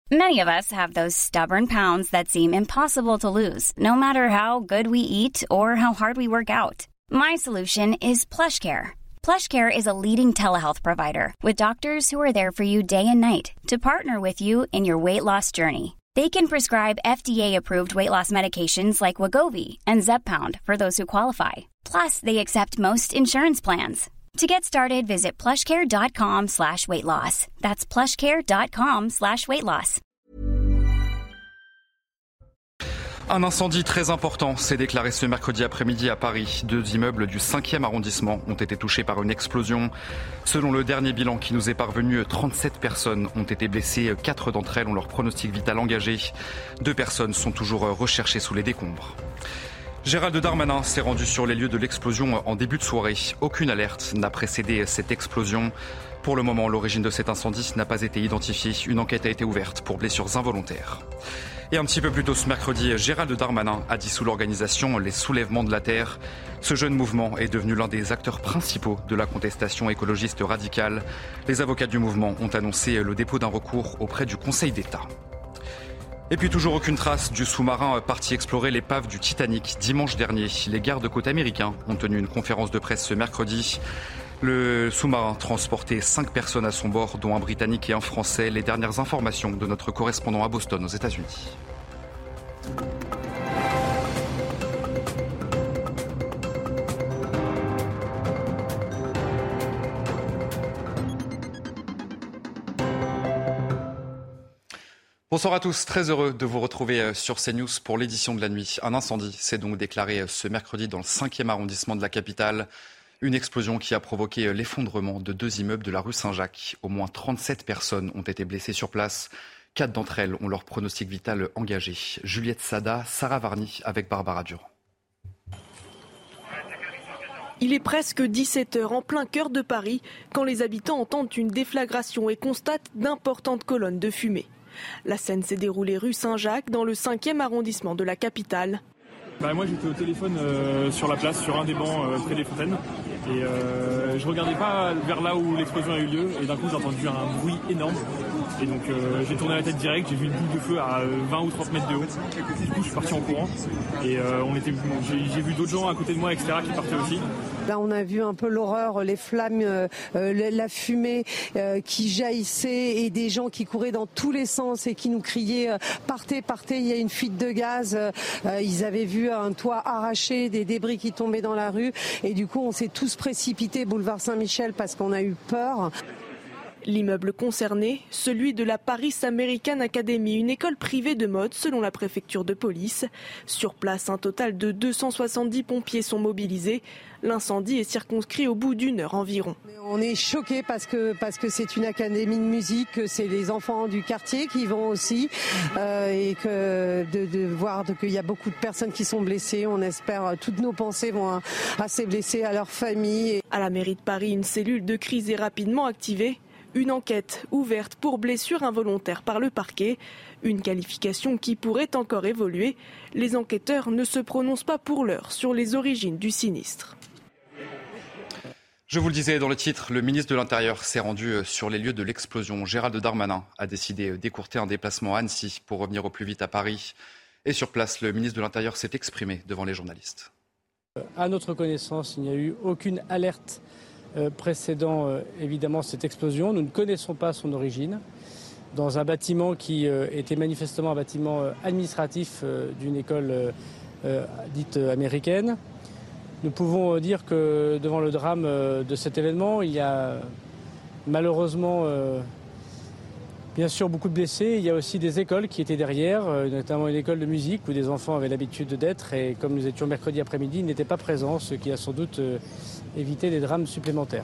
Many of us have those stubborn pounds that seem impossible to lose, no matter how good we eat or how hard we work out. My solution is PlushCare. PlushCare is a leading telehealth provider with doctors who are there for you day and night to partner with you in your weight loss journey. They can prescribe FDA-approved weight loss medications like Wegovy and Zepbound for those who qualify. Plus, they accept most insurance plans. To get started, visit plushcare.com/weightloss. That's plushcare.com/weightloss. Un incendie très important s'est déclaré ce mercredi après-midi à Paris. 2 immeubles du 5e arrondissement ont été touchés par une explosion. Selon le dernier bilan qui nous est parvenu, 37 personnes ont été blessées. 4 d'entre elles ont leur pronostic vital engagé. 2 personnes sont toujours recherchées sous les décombres. Gérald Darmanin s'est rendu sur les lieux de l'explosion en début de soirée. Aucune alerte n'a précédé cette explosion. Pour le moment, l'origine de cet incendie n'a pas été identifiée. Une enquête a été ouverte pour blessures involontaires. Et un petit peu plus tôt ce mercredi, Gérald Darmanin a dissous l'organisation Les Soulèvements de la Terre. Ce jeune mouvement est devenu l'un des acteurs principaux de la contestation écologiste radicale. Les avocats du mouvement ont annoncé le dépôt d'un recours auprès du Conseil d'État. Et puis toujours aucune trace du sous-marin parti explorer l'épave du Titanic dimanche dernier. Les gardes-côtes américains ont tenu une conférence de presse ce mercredi. Le sous-marin transportait 5 personnes à son bord, dont un Britannique et un Français. Les dernières informations de notre correspondant à Boston, aux États-Unis. Bonsoir à tous, très heureux de vous retrouver sur CNews pour l'édition de la nuit. Un incendie s'est donc déclaré ce mercredi dans le 5e arrondissement de la capitale. Une explosion qui a provoqué l'effondrement de 2 immeubles de la rue Saint-Jacques. Au moins 37 personnes ont été blessées sur place. 4 d'entre elles ont leur pronostic vital engagé. Juliette Sada, Sarah Varny avec Barbara Durand. Il est presque 17h en plein cœur de Paris quand les habitants entendent une déflagration et constatent d'importantes colonnes de fumée. La scène s'est déroulée rue Saint-Jacques dans le 5e arrondissement de la capitale. Moi j'étais au téléphone sur la place, sur un des bancs près des fontaines et je regardais pas vers là où l'explosion a eu lieu et d'un coup j'ai entendu un bruit énorme et donc j'ai tourné la tête direct, j'ai vu une boule de feu à 20 ou 30 mètres de haut. Du coup je suis parti en courant et j'ai vu d'autres gens à côté de moi etc. qui partaient aussi. Là, on a vu un peu l'horreur, les flammes, la fumée qui jaillissait et des gens qui couraient dans tous les sens et qui nous criaient partez, partez, il y a une fuite de gaz. Ils avaient vu un toit arraché, des débris qui tombaient dans la rue et du coup on s'est tous précipités boulevard Saint-Michel parce qu'on a eu peur. L'immeuble concerné, celui de la Paris American Academy, une école privée de mode selon la préfecture de police. Sur place, un total de 270 pompiers sont mobilisés. L'incendie est circonscrit au bout d'1 heure environ. On est choqués parce que c'est une académie de musique, que c'est les enfants du quartier qui vont aussi et que de voir qu'il y a beaucoup de personnes qui sont blessées. On espère, toutes nos pensées vont à ces blessés, à leurs familles. À la mairie de Paris, une cellule de crise est rapidement activée. Une enquête ouverte pour blessure involontaire par le parquet. Une qualification qui pourrait encore évoluer. Les enquêteurs ne se prononcent pas pour l'heure sur les origines du sinistre. Je vous le disais dans le titre, le ministre de l'Intérieur s'est rendu sur les lieux de l'explosion. Gérald Darmanin a décidé d'écourter un déplacement à Annecy pour revenir au plus vite à Paris. Et sur place, le ministre de l'Intérieur s'est exprimé devant les journalistes. À notre connaissance, il n'y a eu aucune alerte précédant évidemment cette explosion. Nous ne connaissons pas son origine. Dans un bâtiment qui était manifestement un bâtiment administratif d'une école dite américaine. Nous pouvons dire que devant le drame de cet événement, il y a malheureusement bien sûr beaucoup de blessés. Il y a aussi des écoles qui étaient derrière, notamment une école de musique où des enfants avaient l'habitude d'être. Et comme nous étions mercredi après-midi, ils n'étaient pas présents, ce qui a sans doute évité des drames supplémentaires.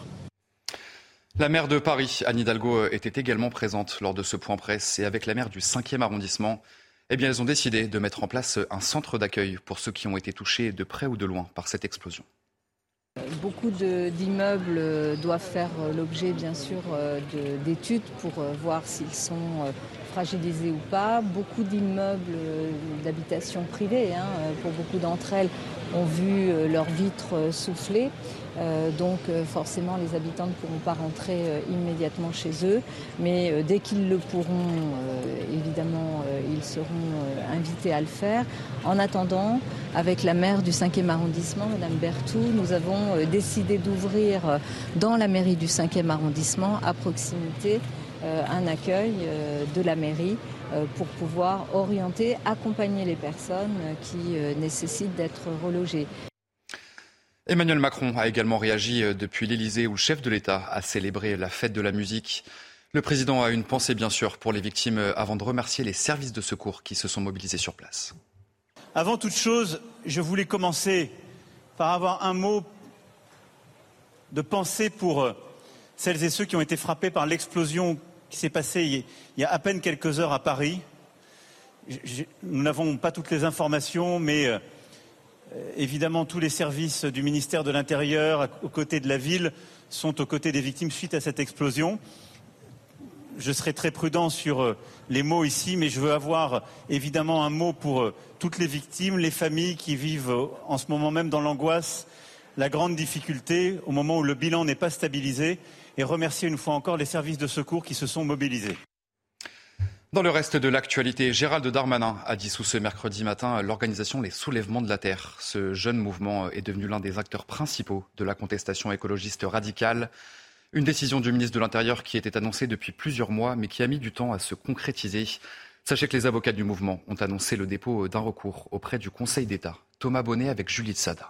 La maire de Paris, Anne Hidalgo, était également présente lors de ce point presse. Et avec la maire du 5e arrondissement, elles ont décidé de mettre en place un centre d'accueil pour ceux qui ont été touchés de près ou de loin par cette explosion. Beaucoup d'immeubles doivent faire l'objet bien sûr d'études pour voir s'ils sont fragilisées ou pas. Beaucoup d'immeubles d'habitation privée, pour beaucoup d'entre elles, ont vu leurs vitres souffler. Donc forcément, les habitants ne pourront pas rentrer immédiatement chez eux. Mais dès qu'ils le pourront, évidemment, ils seront invités à le faire. En attendant, avec la maire du 5e arrondissement, Madame Berthoud, nous avons décidé d'ouvrir dans la mairie du 5e arrondissement, à proximité, un accueil de la mairie pour pouvoir orienter, accompagner les personnes qui nécessitent d'être relogées. Emmanuel Macron a également réagi depuis l'Elysée où le chef de l'État a célébré la fête de la musique. Le président a une pensée bien sûr pour les victimes avant de remercier les services de secours qui se sont mobilisés sur place. Avant toute chose, je voulais commencer par avoir un mot de pensée pour celles et ceux qui ont été frappés par l'explosion qui s'est passée il y a à peine quelques heures à Paris. Nous n'avons pas toutes les informations, mais évidemment tous les services du ministère de l'Intérieur, aux côtés de la ville, sont aux côtés des victimes suite à cette explosion. Je serai très prudent sur les mots ici, mais je veux avoir évidemment un mot pour toutes les victimes, les familles qui vivent en ce moment même dans l'angoisse, la grande difficulté au moment où le bilan n'est pas stabilisé, et remercier une fois encore les services de secours qui se sont mobilisés. Dans le reste de l'actualité, Gérald Darmanin a dissous ce mercredi matin l'organisation Les Soulèvements de la Terre. Ce jeune mouvement est devenu l'un des acteurs principaux de la contestation écologiste radicale. Une décision du ministre de l'Intérieur qui était annoncée depuis plusieurs mois, mais qui a mis du temps à se concrétiser. Sachez que les avocats du mouvement ont annoncé le dépôt d'un recours auprès du Conseil d'État. Thomas Bonnet avec Julie Tsada.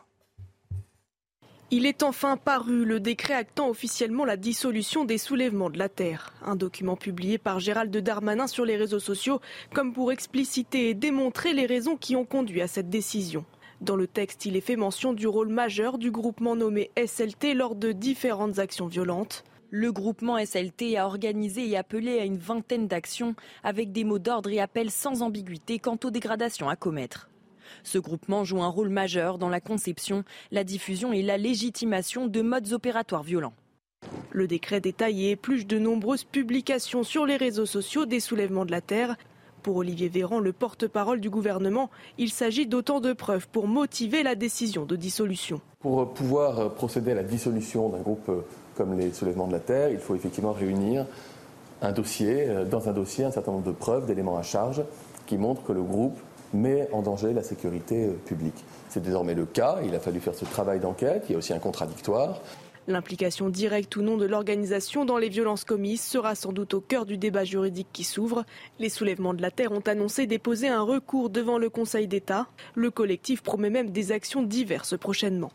Il est enfin paru, le décret actant officiellement la dissolution des Soulèvements de la Terre. Un document publié par Gérald Darmanin sur les réseaux sociaux, comme pour expliciter et démontrer les raisons qui ont conduit à cette décision. Dans le texte, il est fait mention du rôle majeur du groupement nommé SLT lors de différentes actions violentes. Le groupement SLT a organisé et appelé à une vingtaine d'actions avec des mots d'ordre et appels sans ambiguïté quant aux dégradations à commettre. Ce groupement joue un rôle majeur dans la conception, la diffusion et la légitimation de modes opératoires violents. Le décret détaille et épluche de nombreuses publications sur les réseaux sociaux des Soulèvements de la Terre. Pour Olivier Véran, le porte-parole du gouvernement, il s'agit d'autant de preuves pour motiver la décision de dissolution. Pour pouvoir procéder à la dissolution d'un groupe comme les Soulèvements de la Terre, il faut effectivement réunir dans un dossier un certain nombre de preuves, d'éléments à charge qui montrent que le groupe met en danger la sécurité publique. C'est désormais le cas, il a fallu faire ce travail d'enquête, il y a aussi un contradictoire. L'implication directe ou non de l'organisation dans les violences commises sera sans doute au cœur du débat juridique qui s'ouvre. Les Soulèvements de la Terre ont annoncé déposer un recours devant le Conseil d'État. Le collectif promet même des actions diverses prochainement.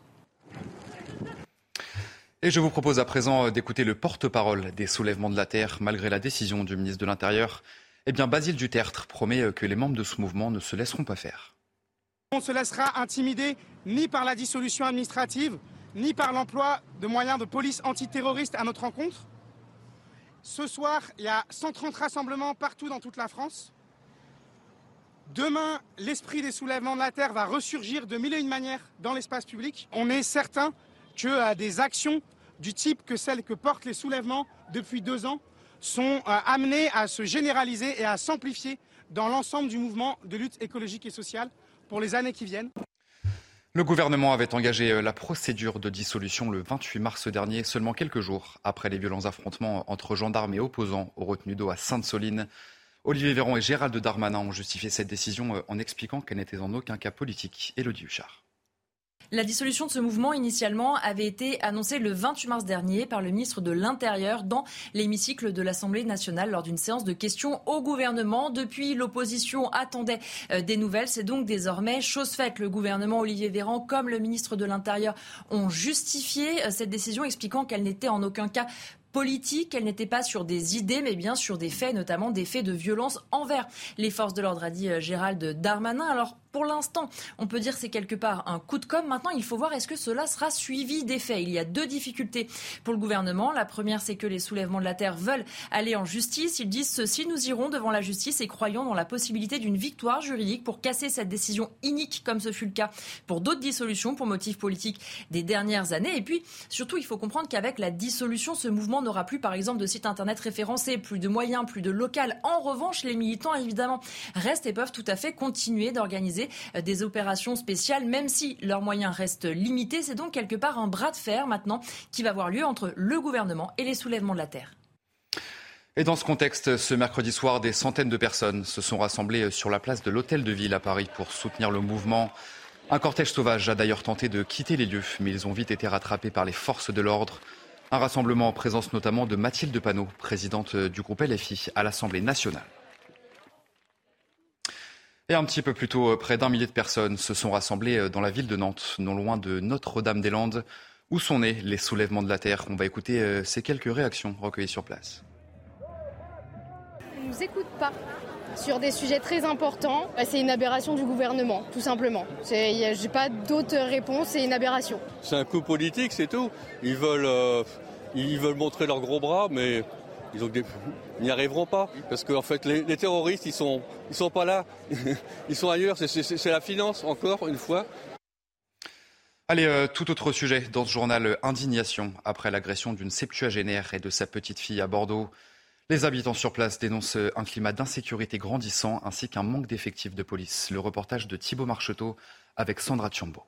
Et je vous propose à présent d'écouter le porte-parole des Soulèvements de la Terre, malgré la décision du ministre de l'Intérieur. Basile Dutertre promet que les membres de ce mouvement ne se laisseront pas faire. On ne se laissera intimider ni par la dissolution administrative, ni par l'emploi de moyens de police antiterroriste à notre encontre. Ce soir, il y a 130 rassemblements partout dans toute la France. Demain, l'esprit des Soulèvements de la Terre va ressurgir de mille et une manières dans l'espace public. On est certain que des actions du type que celles que portent les Soulèvements depuis 2 ans sont amenées à se généraliser et à s'amplifier dans l'ensemble du mouvement de lutte écologique et sociale pour les années qui viennent. Le gouvernement avait engagé la procédure de dissolution le 28 mars dernier, seulement quelques jours après les violents affrontements entre gendarmes et opposants aux retenues d'eau à Sainte-Soline. Olivier Véran et Gérald Darmanin ont justifié cette décision en expliquant qu'elle n'était en aucun cas politique. Élodie Huchard. La dissolution de ce mouvement, initialement, avait été annoncée le 28 mars dernier par le ministre de l'Intérieur dans l'hémicycle de l'Assemblée nationale lors d'une séance de questions au gouvernement. Depuis, l'opposition attendait des nouvelles. C'est donc désormais chose faite. Le gouvernement, Olivier Véran, comme le ministre de l'Intérieur, ont justifié cette décision, expliquant qu'elle n'était en aucun cas politique, elle n'était pas sur des idées, mais bien sur des faits, notamment des faits de violence envers les forces de l'ordre, a dit Gérald Darmanin. Alors, pour l'instant, on peut dire que c'est quelque part un coup de com'. Maintenant, il faut voir est-ce que cela sera suivi des faits. Il y a 2 difficultés pour le gouvernement. La première, c'est que les soulèvements de la terre veulent aller en justice. Ils disent ceci, nous irons devant la justice et croyons dans la possibilité d'une victoire juridique pour casser cette décision inique, comme ce fut le cas pour d'autres dissolutions, pour motifs politiques des dernières années. Et puis, surtout, il faut comprendre qu'avec la dissolution, ce mouvement n'aura plus, par exemple, de site internet référencé, plus de moyens, plus de local. En revanche, les militants, évidemment, restent et peuvent tout à fait continuer d'organiser des opérations spéciales, même si leurs moyens restent limités. C'est donc quelque part un bras de fer maintenant qui va avoir lieu entre le gouvernement et les soulèvements de la terre. Et dans ce contexte, ce mercredi soir, des centaines de personnes se sont rassemblées sur la place de l'Hôtel de Ville à Paris pour soutenir le mouvement. Un cortège sauvage a d'ailleurs tenté de quitter les lieux, mais ils ont vite été rattrapés par les forces de l'ordre. Un rassemblement en présence notamment de Mathilde Panot, présidente du groupe LFI à l'Assemblée nationale. Et un petit peu plus tôt, près d'1 millier de personnes se sont rassemblées dans la ville de Nantes, non loin de Notre-Dame-des-Landes, où sont nés les soulèvements de la terre. On va écouter ces quelques réactions recueillies sur place. On ne nous écoute pas sur des sujets très importants. C'est une aberration du gouvernement, tout simplement. J'ai pas d'autre réponse, c'est une aberration. C'est un coup politique, c'est tout. Ils veulent montrer leurs gros bras, mais ils n'y arriveront pas. Parce qu'en fait, les terroristes, ils sont pas là. Ils sont ailleurs. C'est la finance, encore une fois. Allez, tout autre sujet dans ce journal. Indignation après l'agression d'une septuagénaire et de sa petite fille à Bordeaux. Les habitants sur place dénoncent un climat d'insécurité grandissant ainsi qu'un manque d'effectifs de police. Le reportage de Thibaut Marcheteau avec Sandra Tchombo.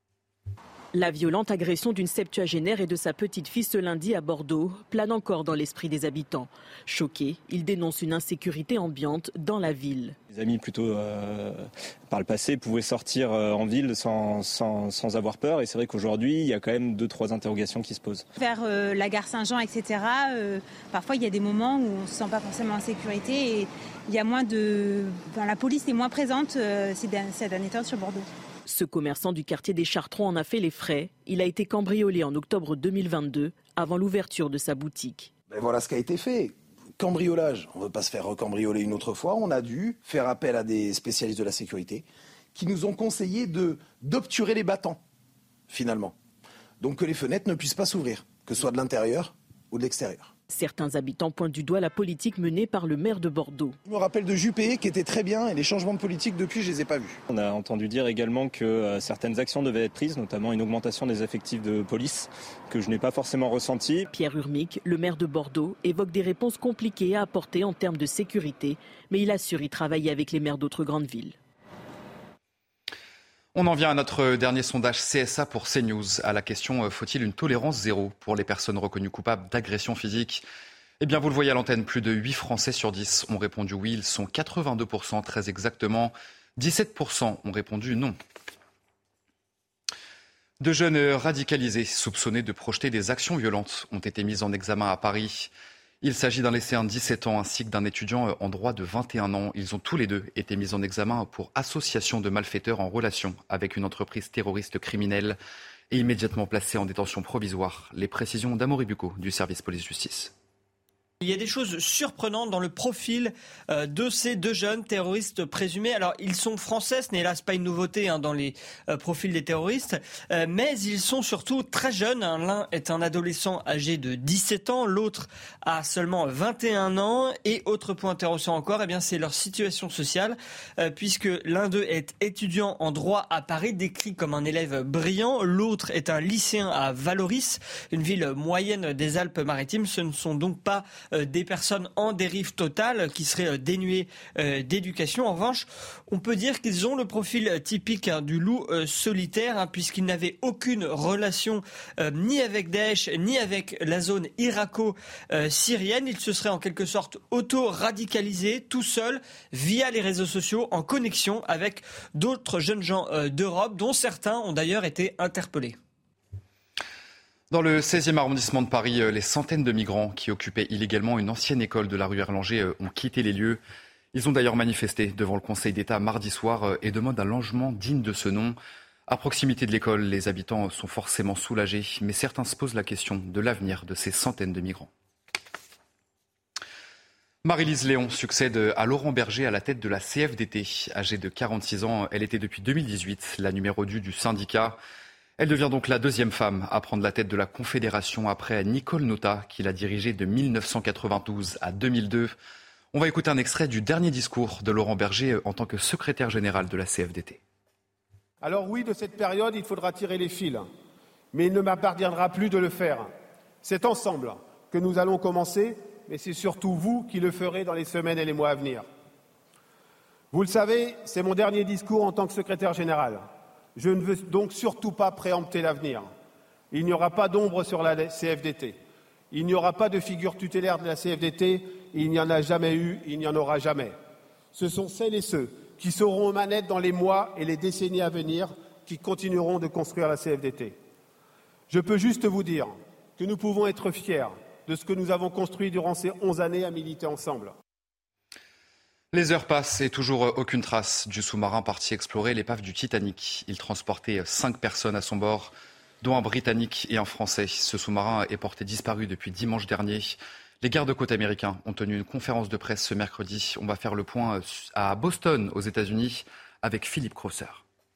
La violente agression d'une septuagénaire et de sa petite fille ce lundi à Bordeaux plane encore dans l'esprit des habitants. Choqués, ils dénoncent une insécurité ambiante dans la ville. Les amis plutôt par le passé pouvaient sortir en ville sans avoir peur et c'est vrai qu'aujourd'hui il y a quand même 2-3 interrogations qui se posent. Vers la gare Saint-Jean, etc. Parfois il y a des moments où on ne se sent pas forcément en sécurité et il y a moins la police est moins présente ces derniers temps sur Bordeaux. Ce commerçant du quartier des Chartrons en a fait les frais. Il a été cambriolé en octobre 2022, avant l'ouverture de sa boutique. Voilà ce qui a été fait. Cambriolage, on ne veut pas se faire recambrioler une autre fois. On a dû faire appel à des spécialistes de la sécurité qui nous ont conseillé d'obturer les battants, finalement. Donc que les fenêtres ne puissent pas s'ouvrir, que ce soit de l'intérieur ou de l'extérieur. Certains habitants pointent du doigt la politique menée par le maire de Bordeaux. Je me rappelle de Juppé qui était très bien et les changements de politique depuis je ne les ai pas vus. On a entendu dire également que certaines actions devaient être prises, notamment une augmentation des effectifs de police que je n'ai pas forcément ressenti. Pierre Urmic, le maire de Bordeaux, évoque des réponses compliquées à apporter en termes de sécurité, mais il assure y travailler avec les maires d'autres grandes villes. On en vient à notre dernier sondage CSA pour CNews. À la question « Faut-il une tolérance zéro pour les personnes reconnues coupables d'agression physique ?» Eh bien, vous le voyez à l'antenne, plus de 8 Français sur 10 ont répondu oui. Ils sont 82%, très exactement. 17% ont répondu non. De jeunes radicalisés soupçonnés de projeter des actions violentes ont été mis en examen à Paris. Il s'agit d'un lycéen de 17 ans ainsi que d'un étudiant en droit de 21 ans. Ils ont tous les deux été mis en examen pour association de malfaiteurs en relation avec une entreprise terroriste criminelle et immédiatement placés en détention provisoire. Les précisions d'Amaury Bucco du service police-justice. Il y a des choses surprenantes dans le profil de ces 2 jeunes terroristes présumés. Alors, ils sont français, ce n'est hélas pas une nouveauté dans les profils des terroristes, mais ils sont surtout très jeunes. L'un est un adolescent âgé de 17 ans, l'autre a seulement 21 ans. Et autre point intéressant encore, c'est leur situation sociale, puisque l'un d'eux est étudiant en droit à Paris, décrit comme un élève brillant. L'autre est un lycéen à Valoris, une ville moyenne des Alpes-Maritimes. Ce ne sont donc pas des personnes en dérive totale qui seraient dénuées d'éducation. En revanche, on peut dire qu'ils ont le profil typique du loup solitaire, puisqu'ils n'avaient aucune relation ni avec Daesh ni avec la zone irako-syrienne. Ils se seraient en quelque sorte auto-radicalisés tout seuls via les réseaux sociaux en connexion avec d'autres jeunes gens d'Europe, dont certains ont d'ailleurs été interpellés. Dans le 16e arrondissement de Paris, les centaines de migrants qui occupaient illégalement une ancienne école de la rue Erlanger ont quitté les lieux. Ils ont d'ailleurs manifesté devant le Conseil d'État mardi soir et demandent un logement digne de ce nom. À proximité de l'école, les habitants sont forcément soulagés, mais certains se posent la question de l'avenir de ces centaines de migrants. Marie-Lise Léon succède à Laurent Berger à la tête de la CFDT. Âgée de 46 ans, elle était depuis 2018 la numéro 2 du syndicat. Elle devient donc la deuxième femme à prendre la tête de la Confédération après Nicole Notat, qui l'a dirigée de 1992 à 2002. On va écouter un extrait du dernier discours de Laurent Berger en tant que secrétaire général de la CFDT. Alors oui, de cette période, il faudra tirer les fils, mais il ne m'appartiendra plus de le faire. C'est ensemble que nous allons commencer, mais c'est surtout vous qui le ferez dans les semaines et les mois à venir. Vous le savez, c'est mon dernier discours en tant que secrétaire général. Je ne veux donc surtout pas préempter l'avenir. Il n'y aura pas d'ombre sur la CFDT. Il n'y aura pas de figure tutélaire de la CFDT. Il n'y en a jamais eu, il n'y en aura jamais. Ce sont celles et ceux qui seront aux manettes dans les mois et les décennies à venir qui continueront de construire la CFDT. Je peux juste vous dire que nous pouvons être fiers de ce que nous avons construit durant ces 11 années à militer ensemble. Les heures passent et toujours aucune trace du sous-marin parti explorer l'épave du Titanic. Il transportait 5 personnes à son bord, dont un Britannique et un Français. Ce sous-marin est porté disparu depuis dimanche dernier. Les gardes-côtes américains ont tenu une conférence de presse ce mercredi. On va faire le point à Boston, aux États-Unis, avec Philippe Crosser.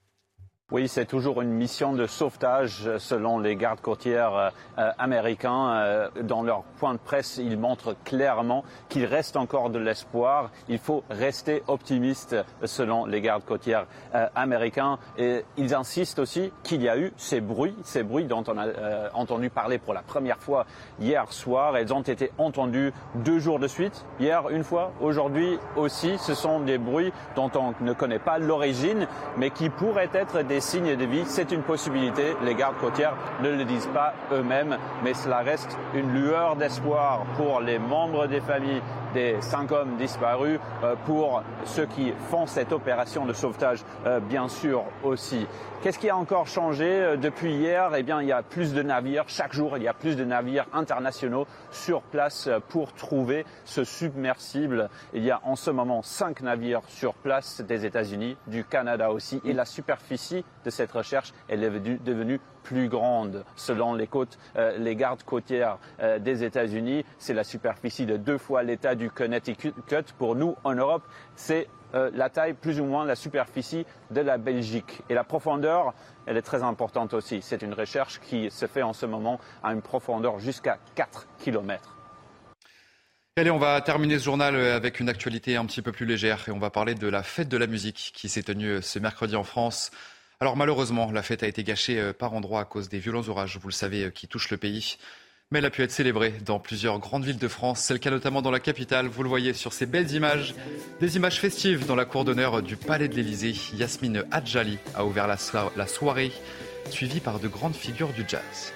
Oui, c'est toujours une mission de sauvetage selon les gardes côtières américains. Dans leur point de presse, ils montrent clairement qu'il reste encore de l'espoir. Il faut rester optimiste selon les gardes côtières américains. Et ils insistent aussi qu'il y a eu ces bruits dont on a entendu parler pour la première fois hier soir. Ils ont été entendus 2 jours de suite. Hier, une fois, aujourd'hui aussi. Ce sont des bruits dont on ne connaît pas l'origine, mais qui pourraient être des signes de vie. C'est une possibilité. Les gardes côtières ne le disent pas eux-mêmes, mais cela reste une lueur d'espoir pour les membres des familles des 5 hommes disparus, pour ceux qui font cette opération de sauvetage, bien sûr aussi. Qu'est-ce qui a encore changé depuis hier ? Eh bien, il y a plus de navires. Chaque jour, il y a plus de navires internationaux sur place pour trouver ce submersible. Il y a en ce moment 5 navires sur place des États-Unis, du Canada aussi. Et la superficie de cette recherche, elle est devenue plus grande. Selon les gardes côtières des États-Unis, c'est la superficie de 2 fois l'État du Connecticut. Pour nous, en Europe, c'est la taille, plus ou moins, la superficie de la Belgique. Et la profondeur, elle est très importante aussi. C'est une recherche qui se fait en ce moment à une profondeur jusqu'à 4 km. Allez, on va terminer ce journal avec une actualité un petit peu plus légère et on va parler de la fête de la musique qui s'est tenue ce mercredi en France. Alors malheureusement, la fête a été gâchée par endroits à cause des violents orages, vous le savez, qui touchent le pays. Mais elle a pu être célébrée dans plusieurs grandes villes de France. C'est le cas notamment dans la capitale. Vous le voyez sur ces belles images. Des images festives dans la cour d'honneur du Palais de l'Élysée. Yasmine Hadjali a ouvert la soirée, suivie par de grandes figures du jazz.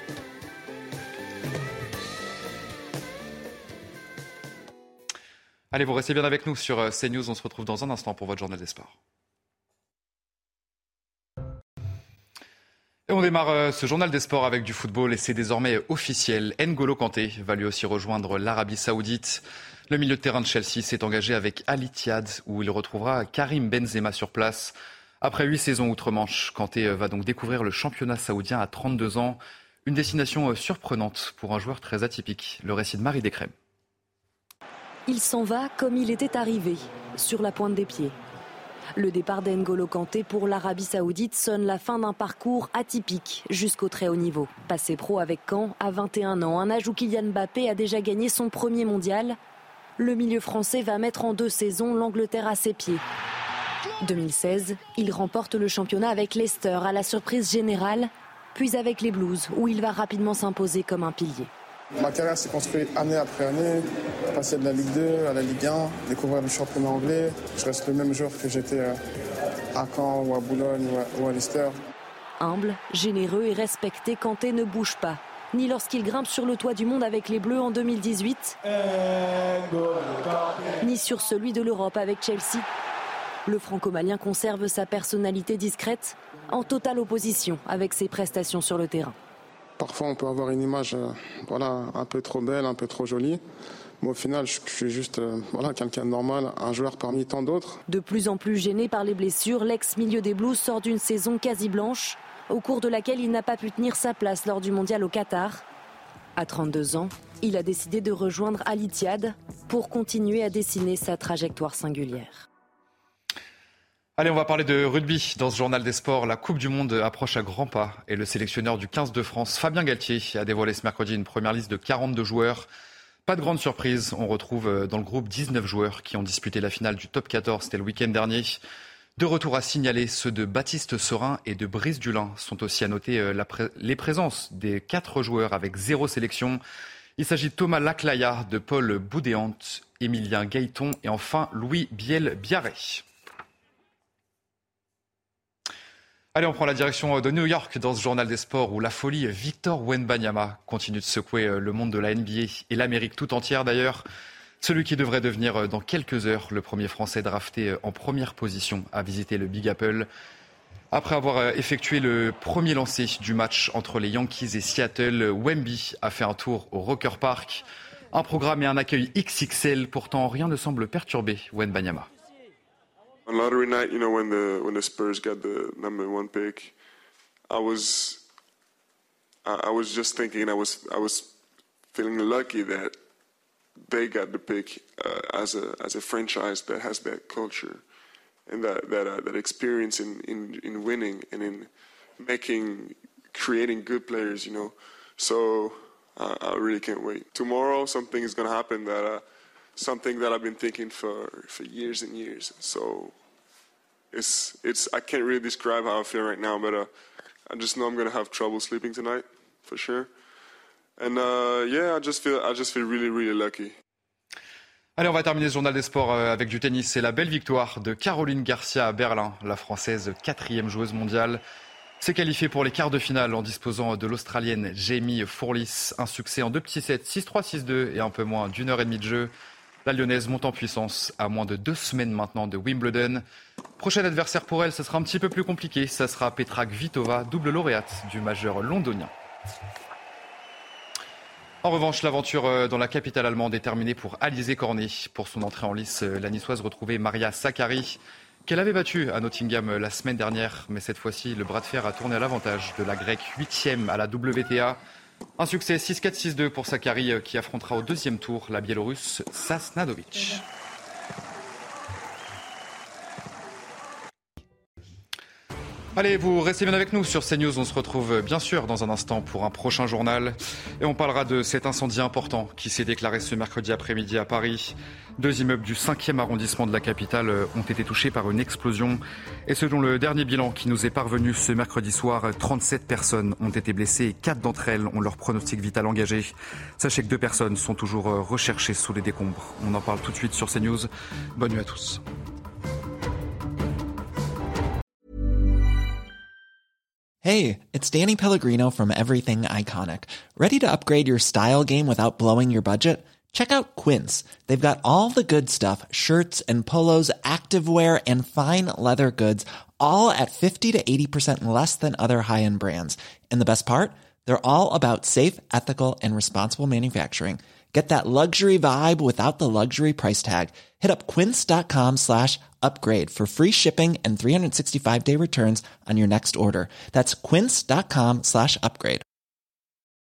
Allez, vous restez bien avec nous sur CNews. On se retrouve dans un instant pour votre journal des sports. Et on démarre ce journal des sports avec du football et c'est désormais officiel. N'Golo Kanté va lui aussi rejoindre l'Arabie Saoudite. Le milieu de terrain de Chelsea s'est engagé avec Al Ittihad où il retrouvera Karim Benzema sur place. Après 8 saisons outre-Manche, Kanté va donc découvrir le championnat saoudien à 32 ans. Une destination surprenante pour un joueur très atypique. Le récit de Marie Descrèmes. Il s'en va comme il était arrivé, sur la pointe des pieds. Le départ d'N'Golo Kanté pour l'Arabie Saoudite sonne la fin d'un parcours atypique jusqu'au très haut niveau. Passé pro avec Caen à 21 ans, un âge où Kylian Mbappé a déjà gagné son premier mondial, le milieu français va mettre en 2 saisons l'Angleterre à ses pieds. 2016, il remporte le championnat avec Leicester à la surprise générale, puis avec les Blues où il va rapidement s'imposer comme un pilier. Ma carrière s'est construite année après année, passer de la Ligue 2 à la Ligue 1, découvrir le championnat anglais. Je reste le même joueur que j'étais à Caen ou à Boulogne ou à Leicester. Humble, généreux et respecté, Kanté ne bouge pas. Ni lorsqu'il grimpe sur le toit du monde avec les Bleus en 2018, ni sur celui de l'Europe avec Chelsea. Le franco-malien conserve sa personnalité discrète, en totale opposition avec ses prestations sur le terrain. Parfois, on peut avoir une image un peu trop belle, un peu trop jolie. Mais au final, je suis juste quelqu'un de normal, un joueur parmi tant d'autres. De plus en plus gêné par les blessures, l'ex-milieu des Blues sort d'une saison quasi blanche, au cours de laquelle il n'a pas pu tenir sa place lors du mondial au Qatar. À 32 ans, il a décidé de rejoindre Al Ittihad pour continuer à dessiner sa trajectoire singulière. Allez, on va parler de rugby dans ce journal des sports. La Coupe du Monde approche à grands pas et le sélectionneur du 15 de France, Fabien Galtier, a dévoilé ce mercredi une première liste de 42 joueurs. Pas de grande surprise, on retrouve dans le groupe 19 joueurs qui ont disputé la finale du top 14, c'était le week-end dernier. De retour à signaler, ceux de Baptiste Serin et de Brice Dulin sont aussi à noter les présences des 4 joueurs avec 0 sélection. Il s'agit de Thomas Laclaya, de Paul Boudéant, Émilien Gaëton et enfin Louis Biel-Biarré. Allez, on prend la direction de New York dans ce journal des sports où la folie Victor Wembanyama continue de secouer le monde de la NBA et l'Amérique tout entière d'ailleurs. Celui qui devrait devenir dans quelques heures le premier Français drafté en première position à visiter le Big Apple. Après avoir effectué le premier lancer du match entre les Yankees et Seattle, Wemby a fait un tour au Rocker Park. Un programme et un accueil XXL, pourtant rien ne semble perturber Wembanyama. On lottery night, when the Spurs got the number 1 pick, I was just thinking I was feeling lucky that they got the pick as a franchise that has that culture and that experience in winning and in creating good players, So I really can't wait. Tomorrow something is going to happen something that I've been thinking for years and years. So I can't really describe how I feel right now, but I just know I'm going to have trouble sleeping tonight, for sure. And I just feel really, really lucky. Allez, on va terminer ce journal des sports avec du tennis. C'est la belle victoire de Caroline Garcia à Berlin. La Française, 4e joueuse mondiale, s'est qualifiée pour les quarts de finale en disposant de l'Australienne Jamie Fourlis. Un succès en 2 petits sets, 6-3, 6-2 et un peu moins d'1 heure et demie de jeu. La Lyonnaise monte en puissance à moins de 2 semaines maintenant de Wimbledon. Prochain adversaire pour elle, ce sera un petit peu plus compliqué. Ça sera Petra Kvitova, double lauréate du majeur londonien. En revanche, l'aventure dans la capitale allemande est terminée pour Alizé Cornet. Pour son entrée en lice, la Niçoise retrouvait Maria Sakkari, qu'elle avait battue à Nottingham la semaine dernière. Mais cette fois-ci, le bras de fer a tourné à l'avantage de la Grecque 8e à la WTA. Un succès 6-4, 6-2 pour Sakkari qui affrontera au 2e tour la Biélorusse Sasnadovic. Allez, vous restez bien avec nous sur CNews. On se retrouve bien sûr dans un instant pour un prochain journal. Et on parlera de cet incendie important qui s'est déclaré ce mercredi après-midi à Paris. 2 immeubles du 5e arrondissement de la capitale ont été touchés par une explosion. Et selon le dernier bilan qui nous est parvenu ce mercredi soir, 37 personnes ont été blessées et 4 d'entre elles ont leur pronostic vital engagé. Sachez que 2 personnes sont toujours recherchées sous les décombres. On en parle tout de suite sur CNews. Bonne nuit à tous. Hey, it's Danny Pellegrino from Everything Iconic. Ready to upgrade your style game without blowing your budget? Check out Quince. They've got all the good stuff, shirts and polos, activewear, and fine leather goods, all at 50 to 80% less than other high-end brands. And the best part? They're all about safe, ethical, and responsible manufacturing. Get that luxury vibe without the luxury price tag. Hit up quince.com/upgrade for free shipping and 365-day returns on your next order. That's quince.com/upgrade.